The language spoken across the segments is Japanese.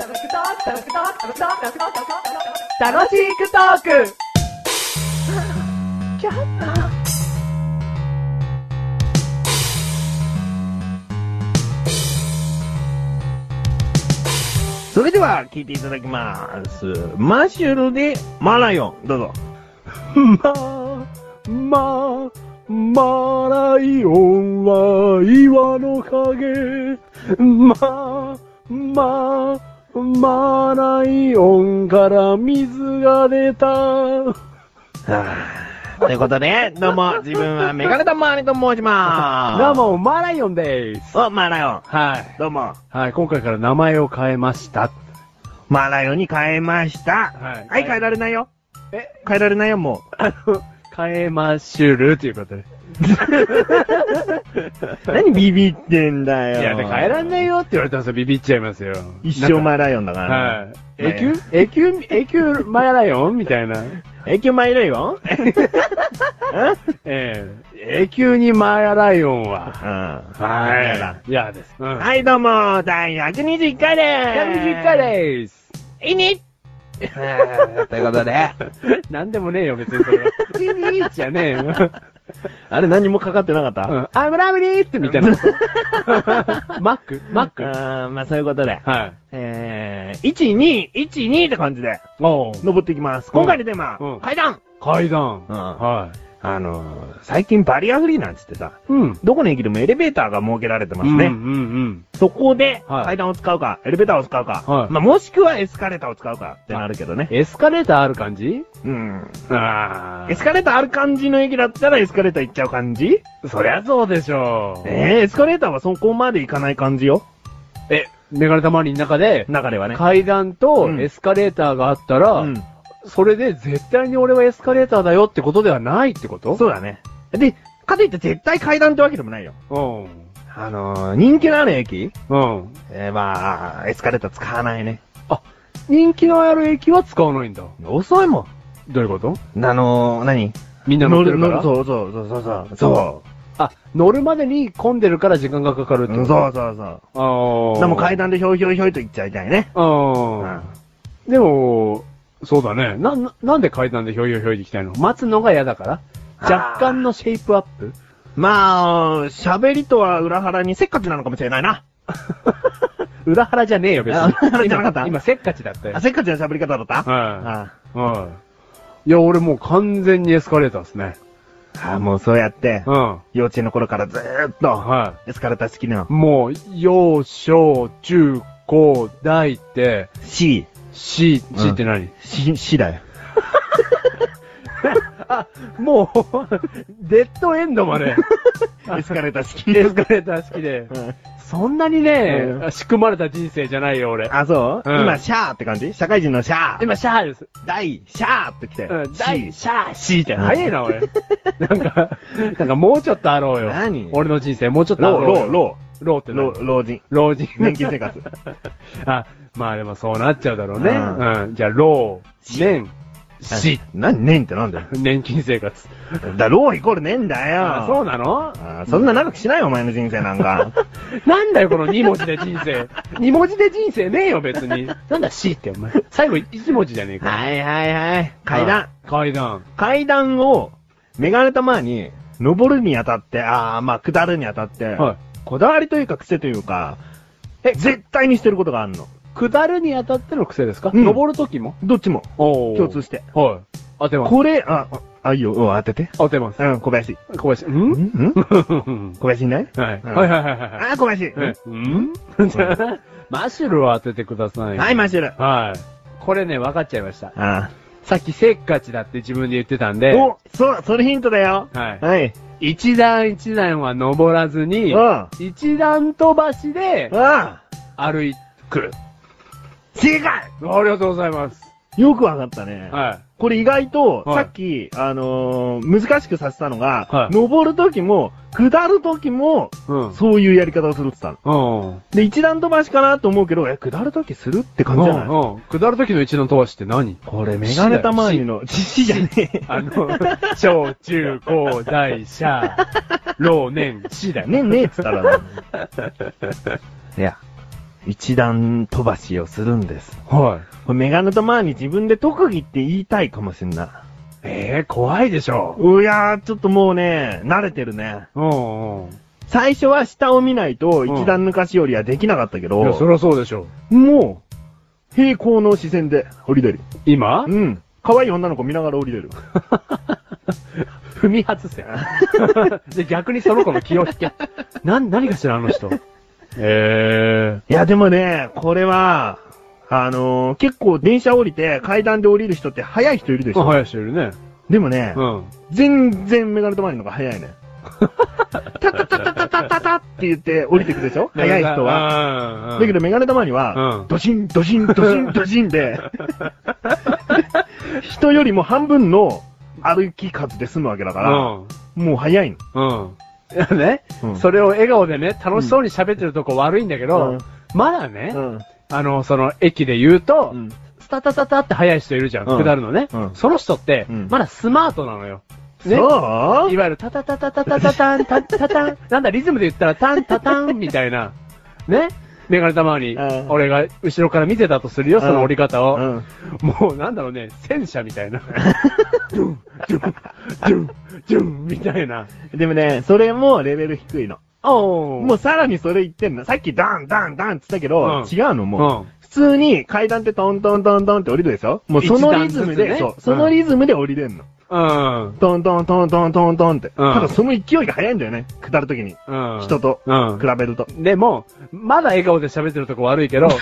楽しくトーク。 それでは聞いていただきます。マッシュルでマラヨン、どうぞ。 マライオンは岩の影。マライオンから水が出た。 ということで、どうも、自分はメガネタマーニと申しまーす。 どうも、マライオンでーす。 お、マラヨン。 はい。 どうも。 はい、今回から名前を変えました。 マラヨンに変えました。 はいはい、変えられないよ。変えられないよ、も変えましゅるということで。 う。何ビビってんだよ。 いや、で、変えらんないよって言われたらさ、ビビっちゃいますよ。 一生マラヨンだからね。 はい。永久マライオンみたいな。 永久マラヨン永久にマライオンは。 はい。 嫌です。 はい、どうも、第121回でーす。 121回でーす。 いにということで。 なんでもねえよ、別にそれは。いいじゃねえよ。 あれ何もかかってなかった I'm lovely ってみたいな。マックまあそういうことで。 はい。 12って感じで、登っていきます。今回のテーマ、階段。はい。最近バリアフリーなんつってさ、どこの駅でもエレベーターが設けられてますね。そこで、階段を使うか、エレベーターを使うか、まあもしくはエスカレーターを使うかってなるけどね。 エスカレーターある感じ？ エスカレーターある感じの駅だったらエスカレーター行っちゃう感じ？ そりゃそうでしょう。 エスカレーターはそこまで行かない感じよ。 メガネたまりの中ではね。 階段とエスカレーターがあったら、それで絶対に俺はエスカレーターだよってことではないってこと？ そうだね。で、かといって絶対階段ってわけでもないよ。人気のある駅？まあ、エスカレーター使わないね。 あ、人気のある駅は使わないんだ。 遅いもん。 どういうこと？ 何？ みんな乗ってるから？ そう。 乗るまでに混んでるから時間がかかるってこと？ そう。でも階段でひょいひょいと行っちゃいたいね。 でも、そうだね。なんで階段でひょいひょいひょいで行きたいの？待つのが嫌だから若干のシェイプアップ？ まあ、喋りとは裏腹にせっかちなのかもしれないな。 裏腹じゃねえよ、別に。 裏腹じゃなかった？ 今せっかちだったよ。 せっかちな喋り方だった？ いや、俺もう完全にエスカレーターですね。 もうそうやって、幼稚園の頃からずーっと、エスカレーター好きなの。 もう、幼小中高大って、C って何？ C だよ。 もう、デッドエンドまで。 エスカレーター好き。 エスカレーター好きで。そんなにね、仕組まれた人生じゃないよ、俺。 あ、そう？今、シャーって感じ？社会人のシャー。 今、シャーです。 大、シャーって来て。 大、シャー、シーって早いな、俺。なんかもうちょっとあろうよ。 何？ 俺の人生、もうちょっとあろうよ。ローって老人。年金生活。 まあでもそうなっちゃうだろうね。じゃあ、ロー、年、 年ってなんだよ。 年金生活。 ローイコール年だよ。 そうなの？ そんな長くしないよ、お前の人生なんか。 なんだよ、この2文字で人生。2文字で人生ねえよ、別に。なんだ、C ってお前。最後1文字じゃねえか。 はい。階段。階段を、メガネたまに、登るにあたって、まあ、下るにあたって、こだわりというか癖というか、絶対にしてることがあるの。 下るにあたっての癖ですか？登るときも？ どっちも。共通して。 当てます。 これ、いいよ、当てて。 当てます。 小林。 小林いない？ はい。 小林。 マシュルを当ててください。 はい、マシュル。 これね、分かっちゃいました。さっきせっかちだって自分で言ってたんで。 それヒントだよ。はい。 一段一段は登らずに、一段飛ばしで、歩いてくる。 正解！ ありがとうございます。 よくわかったね。これ意外と、さっき、難しくさせたのが、登るときも、下るときも、そういうやり方をするって言ったの。で、一段飛ばしかなと思うけど、下るときするって感じじゃない下るときの一段飛ばしって何？ これ、メガネたまわりの、実施じゃねえ。 小中高大小、老年死だよ。 ねえって言ったら。いや。 一段飛ばしをするんです。 はい。 メガネとマーに自分で特技って言いたいかもしんない。 怖いでしょ。 いやー、ちょっともうね、慣れてるね。 うん。 最初は下を見ないと一段抜かしよりはできなかったけど。 いや、そりゃそうでしょ。 もう、平行の視線で降りれる。 今？ うん。可愛い女の子見ながら降りれる。 踏み外せ。で、逆にその子の気を引け。何かしらあの人。いや、でもね、これは、結構電車降りて階段で降りる人って早い人いるでしょ。 早い人いるね。 でもね、全然メガネとマニの方が早いね。タタタタタタタタって言って降りてくでしょ早い人は。だけどメガネとマニは、ドシンドシンドシンドシンで、人よりも半分の歩き数で済むわけだから、もう早いの。 いやね、それを笑顔でね、楽しそうに喋ってるとこ悪いんだけど、まだね、その駅で言うと、スタタタタって速い人いるじゃん、下るのね。その人って、まだスマートなのよ。 ね、そういわゆるタタタタタタタタン、タタタン、なんだリズムで言ったらタンタタンみたいな、ね。メガネたまに、俺が後ろから見てたとするよ、その降り方を。もうなんだろうね、戦車みたいな。ジュン、ジュン、ジュン、ジュン、みたいな。 でもね、それもレベル低いの。 もうさらにそれ言ってんの。さっきダン、ダン、ダンって言ったけど、違うのもう。普通に階段ってトントントントンって降りるでしょもうそのリズムで、そのリズムで降りれんの。トントントントントントンって。ただその勢いが速いんだよね。下るときに。人と比べると。 でも、まだ笑顔で喋ってるとこ悪いけど、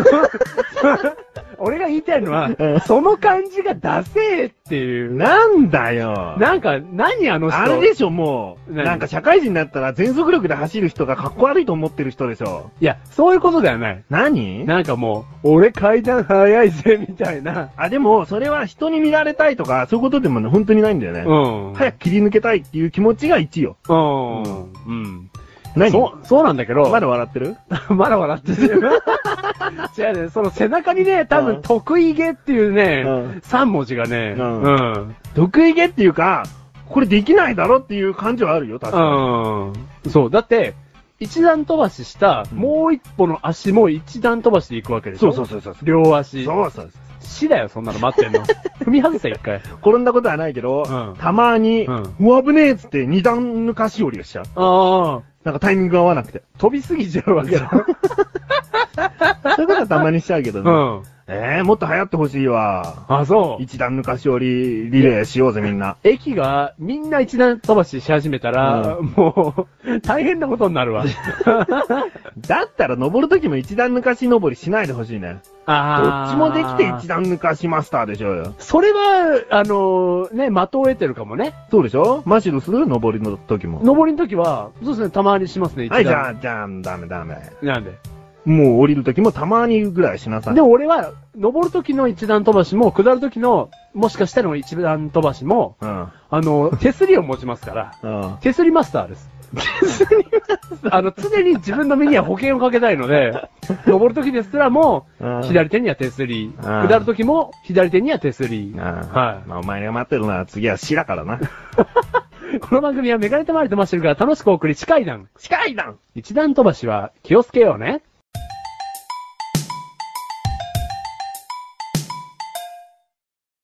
俺が言いたいのは、その感じがダセーっていう。 なんだよ。 なんか、何あの人。 あれでしょ、もう。なんか社会人になったら全速力で走る人がかっこ悪いと思ってる人でしょ。 いや、そういうことではない。 何？ なんかもう、俺階段速いぜ、みたいな。 でも、それは人に見られたいとか、そういうことでもね、本当にないんだよね。早く切り抜けたいっていう気持ちが1よ。何？ そうなんだけど。 まだ笑ってる？ まだ笑ってる。違うね、その背中にね、多分得意げっていうね、3文字がね、 得意げっていうか、これできないだろっていう感じはあるよ、確かに。そう、だって、一段飛ばしした、もう一歩の足も一段飛ばしで行くわけでしょ。 そう。 両足。 そう。 死だよ、そんなの待ってんの。踏み外せ、一回。 転んだことはないけど、たまに、危ねえっつって二段抜かし降りをしちゃう。なんかタイミングが合わなくて。 飛びすぎちゃうわけだ。 そういうことはたまにしちゃうけどね。もっと流行ってほしいわ。 そう。 一段抜かし降りリレーしようぜ、みんな。 駅がみんな一段飛ばしし始めたら、もう、大変なことになるわ。 だったら登るときも一段抜かし登りしないでほしいね。どっちもできて一段抜かしマスターでしょうよ。 それは、ね、的を得てるかもね。 そうでしょ？マシルする？登りの時も。 登りの時は、そうですね、たまにしますね、 じゃあ、ダメ。 なんで？ もう降りる時もたまにぐらいしなさい。 でも俺は、登る時の一段飛ばしも、下る時の、もしかしたら一段飛ばしも、手すりを持ちますから、手すりマスターです。常に自分の身には保険をかけたいので、登る時ですらも、左手には手すり、下る時も左手には手すり。 はい。お前が待ってるのは次は死だからな。 この番組はメガネたまりとましてるから楽しくお送り、近い段。一段飛ばしは気をつけようね。